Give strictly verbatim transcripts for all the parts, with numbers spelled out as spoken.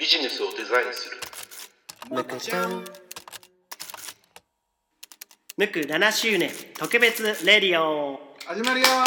ビジネスをデザインするむくちゃんむくななしゅうねん特別レディオ始まるよ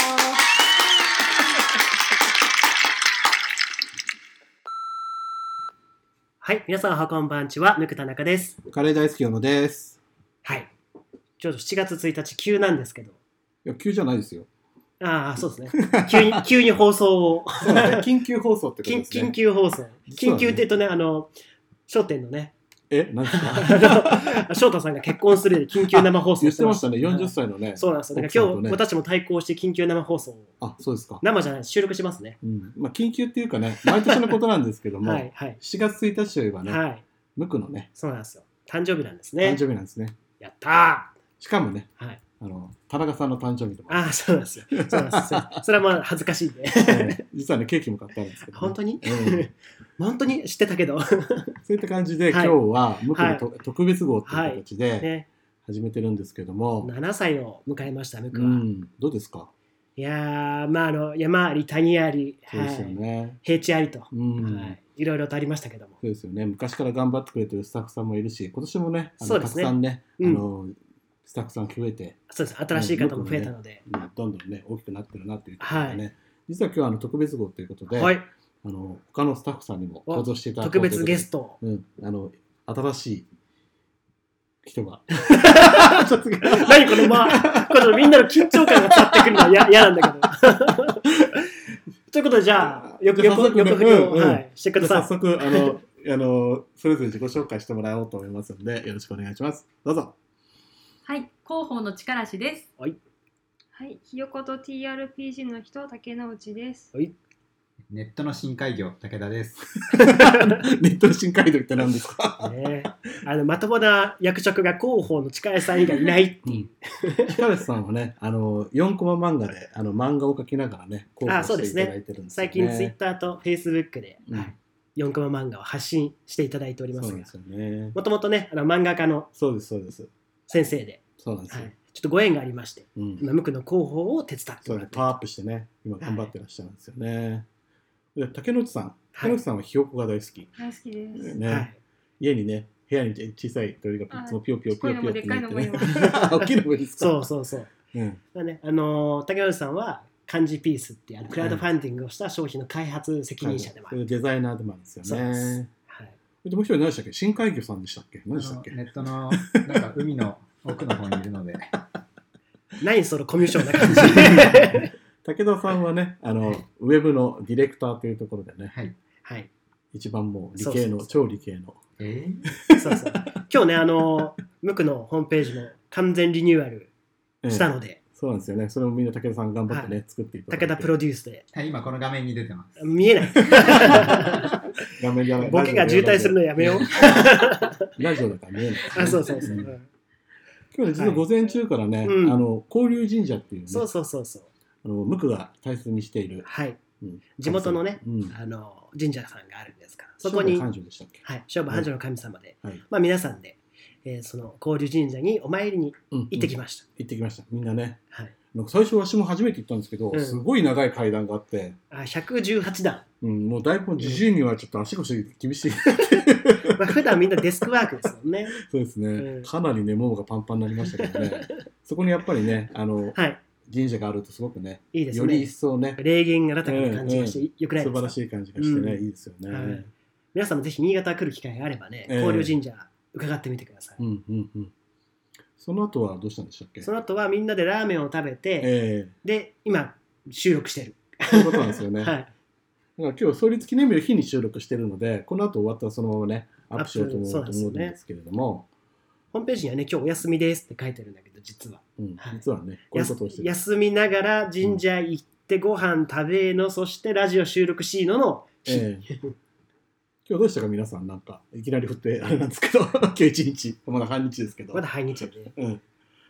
はい、皆さんこんばんちは、むく田中です。 カレー大好き小野です。 はい、ちょうどしちがつついたち急なんですけど。 いや急じゃないですよ。 ああ、そうですね。急に急に放送をそうね、緊急放送ってことですね。 緊急放送。緊急って言うとね、あの笑点のね。 え、何ですか？ 翔太さんが結婚する緊急生放送言ってましたね。よんじゅっさいのね。 そうなんですよ。だから今日、ね、私も対抗して緊急生放送を。 あ、そうですか。 生じゃない収録しますね。 うん、まあ緊急っていうかね、毎年のことなんですけども、はいはい、しちがつついたちといえばね、はい、むくのね。 そうなんですよ。誕生日なんですね。 誕生日なんですね。 やったー。しかもね。 はい。 あの田中さんの誕生日とか。 ああ、そうなんですよ。そうなんですよ。それはまあ恥ずかしいんで、 ね。実はね、ケーキも買ったんですけど、ね。 本当に、うん、本当に知ってたけど。 そういった感じで、はい、今日はむくの、はい、特別号という形で始めてるんですけども。 はいね、ななさいを迎えました、むくは、うん。 どうですか？ いやー、まあ、あの山あり谷あり、 そうですよね、はい、 平地ありと、 うんはい、いろいろとありましたけども。 そうですよね。昔から頑張ってくれてるスタッフさんもいるし、今年もね、あのそうですねたくさんね、うん、あのスタッフさん増えて、 そうです、新しい方も増えたので、 ね、どんどんね大きくなってるなっていうところでね、はい、実は今日はあの特別号ということで、 はい、 あの他のスタッフさんにも登場していただく特別ゲスト、 うん、あの新しい人が何このまあこのみんなの緊張感が伝わってくるのは嫌なんだけどということでじゃあよくよくよく振りを、はい、してください。 早速あのあのそれぞれ自己紹介してもらおうと思いますのでよろしくお願いします。どうぞ。 はい、広報の力士です。 はい。 はい、ひよこと ティーアールピージー の人竹之内です。 はい。 ネットの深海魚武田です。 ネットの深海魚って何ですか？ ね、あのまともな役職が広報の力士さん以外いないっていう。 力士さんはね、あのよんコマ漫画であの漫画を描きながらね、 広報していただいてるんですよね。最近ツイッターとフェイスブックで、うんはい、よんコマ漫画を発信していただいておりますが、もともとね、あの漫画家の先生で、 そうなんですよ。 はい、ちょっとご縁がありまして、うん、今ムクの広報を手伝ってもらって、 パワーアップしてね、今頑張ってらっしゃるんですよね。はいで竹之内さん、竹之内さんはひよこが大好き。 大好きです。 ねはい、家にね、部屋に小さい鳥がいつもピヨピヨピヨピヨって言ってね。大きいのもいいですか？ そうそうそう。うんだね、あの竹之内さんは漢字ピースっていうクラウドファンディングをした商品の開発責任者でもある。 はい、デザイナーでもあるんですよね。はい。でもう一人何でしたっけ？深海魚さんでしたっけ？何でしたっけ？ ネットのなんか海の奥の方にいるので。 何そのコミュ障な感じ。 武田さんはね、あの、はい、ウェブのディレクターというところでね、 はいはい、 一番もう理系の、そうそうそう超理系の。 えー、そうそう今日ね、あの、ムクのホームページも完全リニューアルしたので、えー、 そうなんですよね。それもみんな武田さん頑張ってね、はい、作っていただいて。 武田プロデュースで。 はい、今この画面に出てます。 見えない。 画面じゃない。 ボケが渋滞するのやめよう。 ラジオだから見えない、ね。 あ、そうそうそう。うん、 今日ね、実は午前中からね、はいうん、あの、交流神社っていうね。 そうそうそうそう。 あのムクが大切にしている、 はいうん、地元のね、うん、あの神社さんがあるんですからそこに商売繁盛でしたっけ？ はい、商売繁盛の神様で、はいまあ、皆さんで、えー、その交流神社にお参りに行ってきました、 うんうん、行ってきましたみんなね、 はい、 なんか最初私も初めて行ったんですけど、うん、すごい長い階段があってあひゃくじゅうはちだん、 うん、もうだいぶじじいにはちょっと足腰厳しいまあ普段みんなデスクワークですもんねそうですね、うん、かなりねももがパンパンになりましたけどねそこにやっぱりねあの、はい神社があるとすごくね、いいですねより一層ね、 霊言が新たな感じがして、うんうん、よくないですか？ 素晴らしい感じがしてね、うん、いいですよね、はい。 皆さんもぜひ新潟来る機会があればね、えー、交流神社伺ってみてください。 うんうんうん、その後はどうしたんでしたっけ？ その後はみんなでラーメンを食べて、えー、で今収録してる。 そういうことなんですよね。はい。だから今日創立記念日の日に収録してるので、この後終わったらそのままねアップしようと思うと思うんですけれども。 ホームページにはね、今日お休みですって書いてるんだけど、実は。 うんはい、実はね、こういうことをしてる。 休みながら神社行ってご飯食べの、うん、そしてラジオ収録しのの日、えー、 今日どうしたか皆さん、なんか、いきなり振ってあれなんですけど、今日一日、まだ半日ですけど。 まだ半日だね。 うん、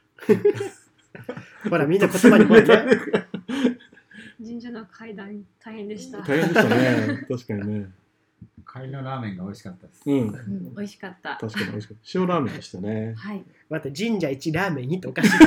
ほら、みんな言葉にこうやって。 神社の階段大変でした。 大変でしたね、確かにね。 帰りのラーメンが美味しかったです。 うん、うん、美味しかった。 確かに美味しかった。塩ラーメンでしたね。 はい。 待って、神社一ラーメンにっておかしい。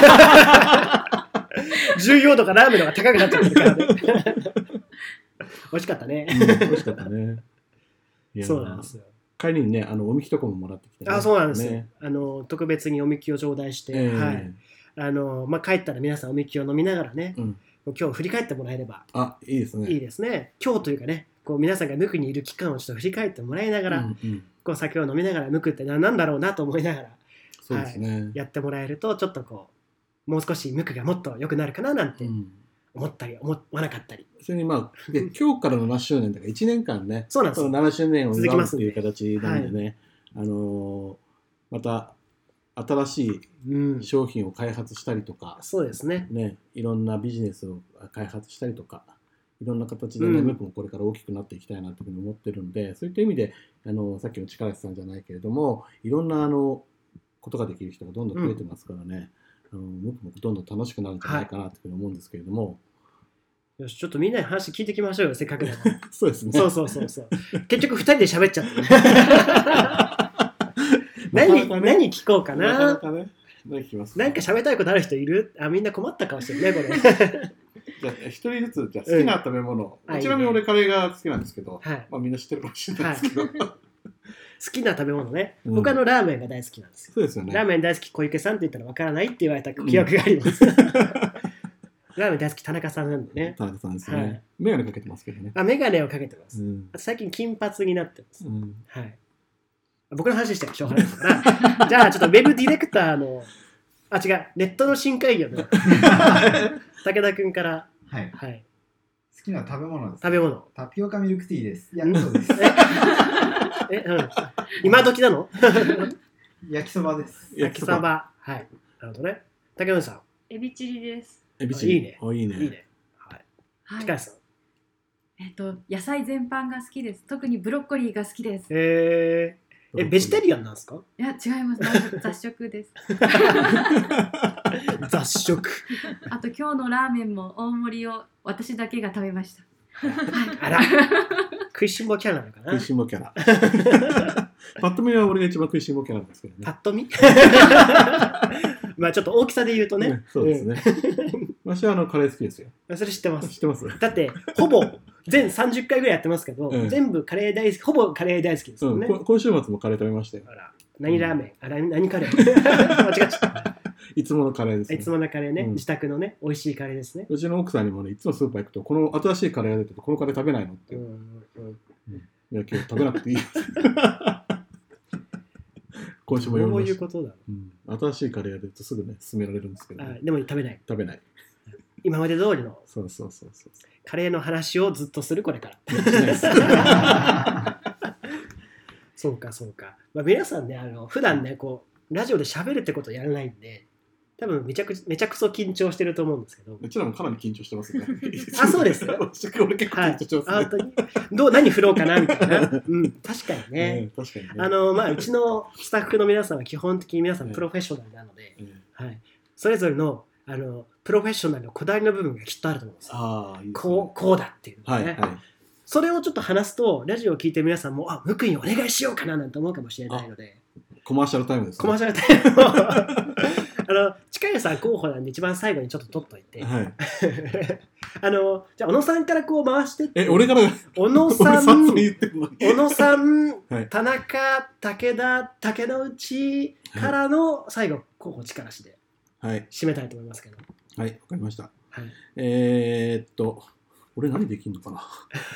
重要度がラーメンの方が高くなっちゃってるからね。美味しかったね。 うん、美味しかったね。 いやそうなんですよ。 帰りにね、あのおみきとかももらってきて、ね、 あ、そうなんですよ、 ね、 あの特別におみきを頂戴して、 えーはいあのまあ、帰ったら皆さんおみきを飲みながらね、 うん、 今日振り返ってもらえればあ、いいですね。 いいですね。今日というかね、こう皆さんがムクにいる期間をちょっと振り返ってもらいながら、 うんうん、 こう酒を飲みながらムクって何なんだろうなと思いながら、 そうですね、 はい、やってもらえるとちょっとこうもう少しムクがもっと良くなるかななんて思ったり思わなかったり、 それにまあで今日からななしゅうねんだからいちねんかんね、 そうなんですよ。 ななしゅうねんを祝うっていう続きます形なんでね、はい、あのー、また新しい商品を開発したりとか、 うん、そうですね。 ね、いろんなビジネスを開発したりとか、いろんな形でね、ムクもこれから大きくなっていきたいなというふうに思ってるんで、そういった意味であのさっきの力さんじゃないけれども、いろんなあのことができる人がどんどん増えてますからね、うん、あのムクもどんどん楽しくなるんじゃないかなというふうに思うんですけれども、 よし、ちょっとみんなに話聞いていきましょうよ、せっかくだから。 そうですね。 そうそうそうそう。結局ふたりで喋っちゃって、ね。何、ね、何聞こうかな。なかなかね、何聞きますか。なんか喋りたいことある人いる？あ、みんな困った顔してるね、これ。 じゃあ一人ずつ、じゃあ好きな食べ物、うん、ちなみに俺カレーが好きなんですけど、はい、まあ、みんな知ってるかもしれないですけど、はい、好きな食べ物ね、うん、僕はのラーメンが大好きなんですよ。 そうですよね。 ラーメン大好き小池さんって言ったらわからないって言われた記憶があります。うん、ラーメン大好き田中さんなんでね。 田中さんですね。はい、メガネかけてますけどね。 あ、メガネをかけてます。 うん、 あと最近金髪になってます。 うん、 はい。僕の話してるしょうがないですから。じゃあちょっとウェブディレクターの、あ、違う、ネットの深海魚の武田君から。 はい。 はい。 好きな食べ物です。 食べ物。 タピオカミルクティーです。いや、そうです。 え、うん。今時なの？ 焼きそばです。 焼きそば。はい。なるほどね。竹野さん。 エビチリです。 エビチリ。 いいね。 いいね。 いいね。はい。近さん。 えっと、野菜全般が好きです。特にブロッコリーが好きです。 えー、え、ベジタリアンなんですか？ いや、違います。雑食です。 雑食。 あと今日のラーメンも大盛りを私だけが食べました。 あら、食いしん坊キャラなのかな。 食いしん坊キャラ。パッと見は俺が一番食いしん坊キャラなんですけどね。 パッと見まあちょっと大きさで言うとね。 ね、そうですね。私はあのカレー好きですよ。 それ知ってます。 知ってます。 だってほぼ全さんじゅっかいぐらいやってますけど、 うん、 全部カレー大好き、ほぼカレー大好きですよね。 うん、今週末もカレー食べましたよ。 あら、何ラーメン、うん、あら何カレー間違っちゃった。 いつものカレーです、ね。 いつものカレーね、うん、自宅のね、美味しいカレーですね。 うちの奥さんにもね、いつもスーパー行くと、この新しいカレーが出てて、このカレー食べないのって。うんうんうん、いや、今日食べなくていい。今週も読みました。 どういうことだろう、 うん、新しいカレーが出るとすぐね、勧められるんですけど、ね、 あ、でも食べない。 食べない。 今まで通りのそうそうそうそうカレーの話をずっとするこれからそうかそうか、まあ、皆さんね、あの普段ねこうラジオで喋るってことをやらないんで、多分めちゃくめちゃくそ緊張してると思うんですけど、 うちらもかなり緊張してますね。 あ、そうです俺結構緊張してますね、はい、 あどう何振ろうかなみたいな、うん、確かにね、 確かにね、 あの、まあ、うちのスタッフの皆さんは基本的に皆さんプロフェッショナルなので、はいはい、それぞれのあのプロフェッショナルのこだわりの部分がきっとあると思うんですよ。 あ、いいですね、 こう、こうだっていうのね、 はいはい、それをちょっと話すとラジオを聞いてる皆さんも、あ、ムクにお願いしようかななんて思うかもしれないので、 コマーシャルタイムですね。 コマーシャルタイムをあの近谷さん候補なんで一番最後にちょっと取っといて、はい、あのじゃあ小野さんからこう回してって、 え、俺から小野さん小野さん、 はい、 田中、武田、竹之内からの最後候補力しで締めたいと思いますけど。 はい、わかりました。 はい、 えー、っと俺何できんのかな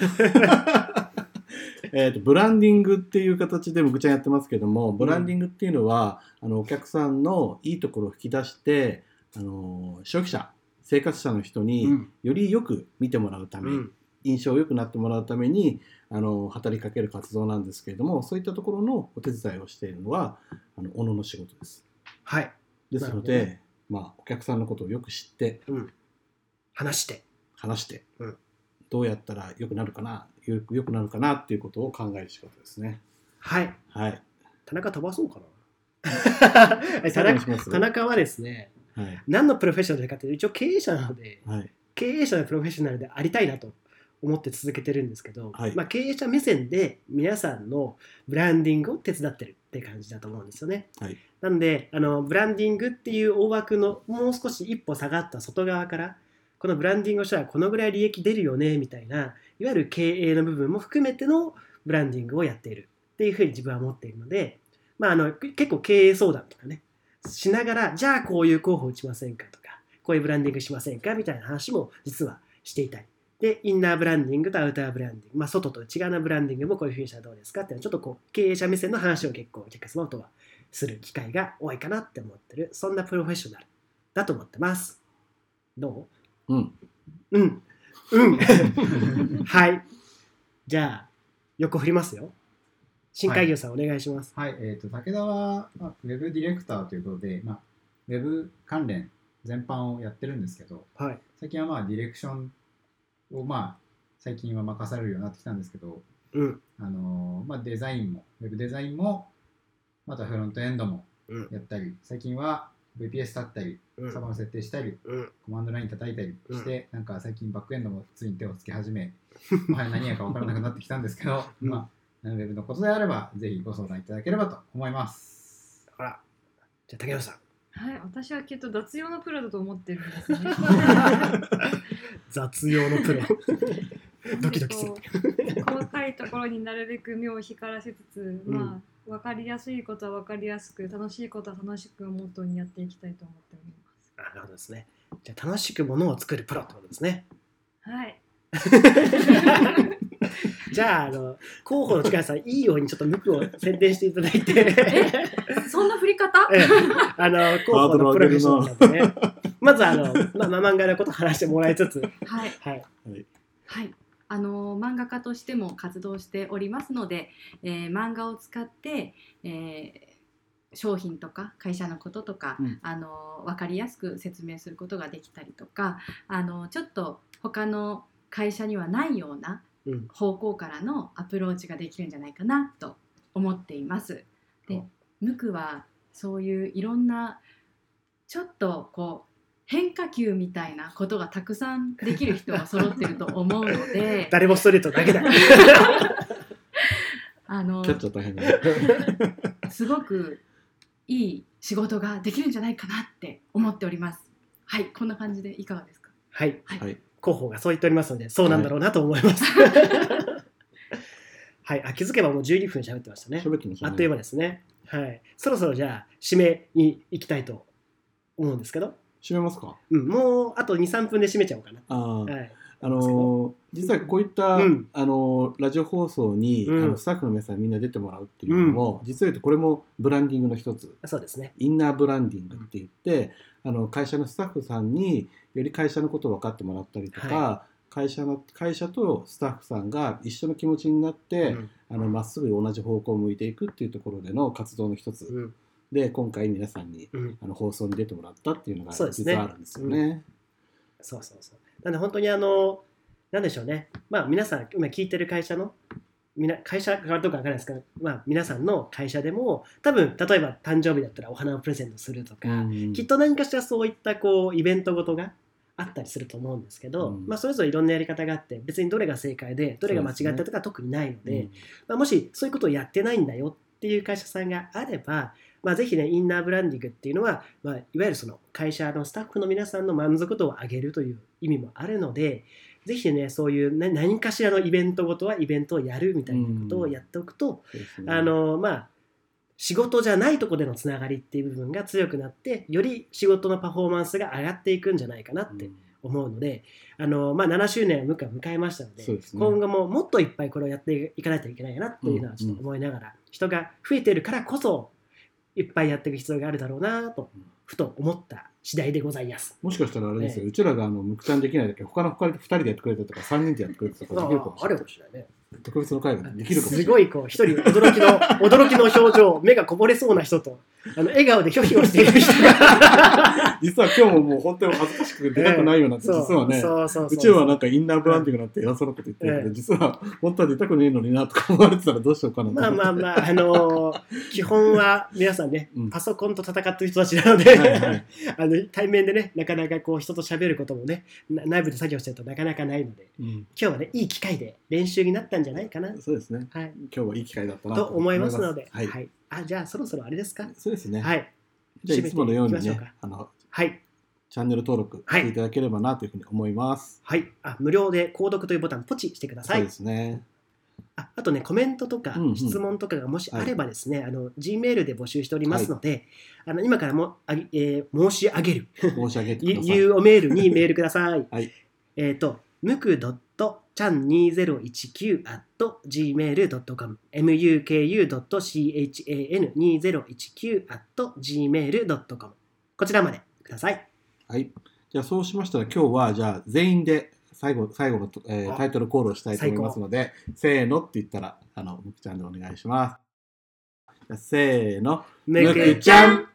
えとブランディングっていう形で僕ちゃんやってますけども、ブランディングっていうのは、うん、あのお客さんのいいところを引き出して、あの消費者生活者の人によりよく見てもらうため、うん、印象良くなってもらうためにあの働きかける活動なんですけれども、そういったところのお手伝いをしているのはあの小野の仕事です。 はい。 ですので、まあ、お客さんのことをよく知って、 うん、話して話して、 うん、 どうやったら良くなるかな、よく良くなるかなっていうことを考える仕事ですね。 はい。 はい。 田中飛ばそうかな。田中、田中はですね、 はい、 何のプロフェッショナルかというと、一応経営者なので、 はい、 経営者のプロフェッショナルでありたいなと思って続けてるんですけど、 はい、 まあ、経営者目線で皆さんのブランディングを手伝ってるって感じだと思うんですよね。 はい、 なのであのブランディングっていう大枠のもう少し一歩下がった外側から、このブランディングをしたらこのぐらい利益出るよねみたいな、いわゆる経営の部分も含めてのブランディングをやっているっていうふうに自分は思っているので、まあ、あの結構経営相談とかねしながら、じゃあこういう候補打ちませんかとか、こういうブランディングしませんかみたいな話も実はしていたり、でインナーブランディングとアウターブランディング、まあ、外と内側のブランディングもこういうふうにしたらどうですかっていうのはちょっとこう経営者目線の話を結構お客様とはする機会が多いかなって思ってる、そんなプロフェッショナルだと思ってます。どううんうんうんはい、じゃあ横振りますよ。新海牛さん、はい、お願いします。 はい、えーと、武田は、まあ、ウェブディレクターということで、まあ、ウェブ関連全般をやってるんですけど、 はい、 最近はまあディレクションを、まあ、最近は任されるようになってきたんですけど、 うんあのーまあ、デザインもウェブデザインもまたフロントエンドもやったり、うん、最近は ブイピーエス 立ったり、うん、サーバーの設定したり、うん、コマンドライン叩いたりして、うん、なんか最近バックエンドも普通に手をつけ始めもはや何やか分からなくなってきたんですけど、うん、まあ、ウェブのことであればぜひご相談いただければと思います。 あら、じゃあ竹山さん。 はい、私はきっと雑用のプロだと思ってるんですね。 雑用のプロドキドキする。 細かいところになるべく目を光らせつつ、うん、まあ分かりやすいことは分かりやすく、楽しいことは楽しくをモットーにやっていきたいと思っております。 なるほどですね。じゃあ楽しくものを作るプロってことですね。 はい。 じゃあ、あの広報の力さん、いいようにちょっとムクを宣伝していただいて。 え、そんな振り方？ ええ、あの広報のプロフェッショナルなんでね。まずあの、まあ、漫画のこと話してもらいつつ、 はいはいはい、あの漫画家としても活動しておりますので、えー、漫画を使って、えー、商品とか会社のこととか、うん、あの分かりやすく説明することができたりとか、あのちょっと他の会社にはないような方向からのアプローチができるんじゃないかなと思っています。で、ムクはそういういろんなちょっとこう変化球みたいなことがたくさんできる人が揃ってると思うので誰もストレートだけだあのキャッチャー大変だすごくいい仕事ができるんじゃないかなって思っております。はい、こんな感じでいかがですか？ はい、 はい、 広報がそう言っておりますので、そうなんだろうなと思います。はい、あ、気づけばもうじゅうにふん喋ってましたね。 喋ってましたね。 あっという間ですね。はい、そろそろじゃあ締めに行きたいと思うんですけど。 締めますか？ うん、もうあと にさんぷんで締めちゃおうかな。 あ、はい、あのー、実はこういった、うん、あのー、ラジオ放送に、うん、あのスタッフの皆さんみんな出てもらうっていうのも、うん、実は言うとこれもブランディングの一つ。 そうですね。 インナーブランディングって言って、あの会社のスタッフさんにより会社のことを分かってもらったりとか、はい、会社の会社とスタッフさんが一緒の気持ちになって、うん、あのまっすぐ同じ方向を向いていくっていうところでの活動の一つ。うんで今回皆さんに、うん、あの放送に出てもらったっていうのが実はあるんですよね。 そうそうそう。なんで本当にあのなんでしょうね。まあ皆さん今聞いてる会社のみな会社がどうかわからないですけど、まあ皆さんの会社でも多分例えば誕生日だったらお花をプレゼントするとか、うん、きっと何かしらそういったこうイベントごとがあったりすると思うんですけど、うん、まあそれぞれいろんなやり方があって別にどれが正解でどれが間違ったとか特にないので、うん、まあ、もしそういうことをやってないんだよっていう会社さんがあれば。まあ、ぜひね、インナーブランディングっていうのは、まあ、いわゆるその会社のスタッフの皆さんの満足度を上げるという意味もあるので、ぜひね、そういう何かしらのイベントごとはイベントをやるみたいなことをやっておくと、うん、あの、まあ、仕事じゃないところでのつながりっていう部分が強くなって、より仕事のパフォーマンスが上がっていくんじゃないかなって思うので、うん、あの、まあ、ななしゅうねんを迎えましたので、でね、今後ももっといっぱいこれをやっていかないといけないなっていうのはちょっと思いながら、うんうん、人が増えているからこそ、いっぱいやっていく必要があるだろうなとふと思った次第でございます。 もしかしたらあれですよ、ね、うちらがあのむくちゃんできないだけ他のふたりでやってくれたとかさんにんでやってくれたとかできるかもしれない。あるかもしれないね。特別の会ができるかもしれない。 すごいこう一人驚きの驚きの表情、目がこぼれそうな人とあの笑顔でひょひょしている人が実は今日ももう本当に恥ずかしく出たくないようなって、えー、実はね、そうそうそうそう、うちはなんかインナーブランディングなんて偉そうなこと言ってるけど、えー、実は本当は出たくねえのになとか思われてたらどうしようかなと。 まあまあまあ、あのー、基本は皆さんね、うん、パソコンと戦ってる人たちなので、はいはい、あの対面でねなかなかこう人と喋ることもね内部で作業してるとなかなかないので、うん、今日はねいい機会で練習になったんじゃないかな。 そうですね、はい、今日はいい機会だったなと思いますので、はいはい、あじゃあそろそろあれですか。 そうですね、 はい、 じゃあいつものようにねあの、 はい、 チャンネル登録していただければなというふうに思います。 はい、あ無料で購読というボタンポチしてください。 そうですね。 あ, あとねコメントとかうんうん質問とかがもしあればですね、はい、あの G メールで募集しておりますので、はい、あの今からもあ、えー、申し上げる申し上げてくださいいうおメールにメールください。 はい、 えっ、ー、とムクドットチャンにせんじゅうきゅう アット ジーメールドットコム ムクドットチャンにせんじゅうきゅう アット ジーメールドットコム こちらまでください。 はい。じゃあそうしましたら今日はじゃあ全員で最後最後の、えー、タイトルコールをしたいと思いますので、せーのって言ったらあのむくちゃんでお願いします。じゃあせーの、 むくちゃん。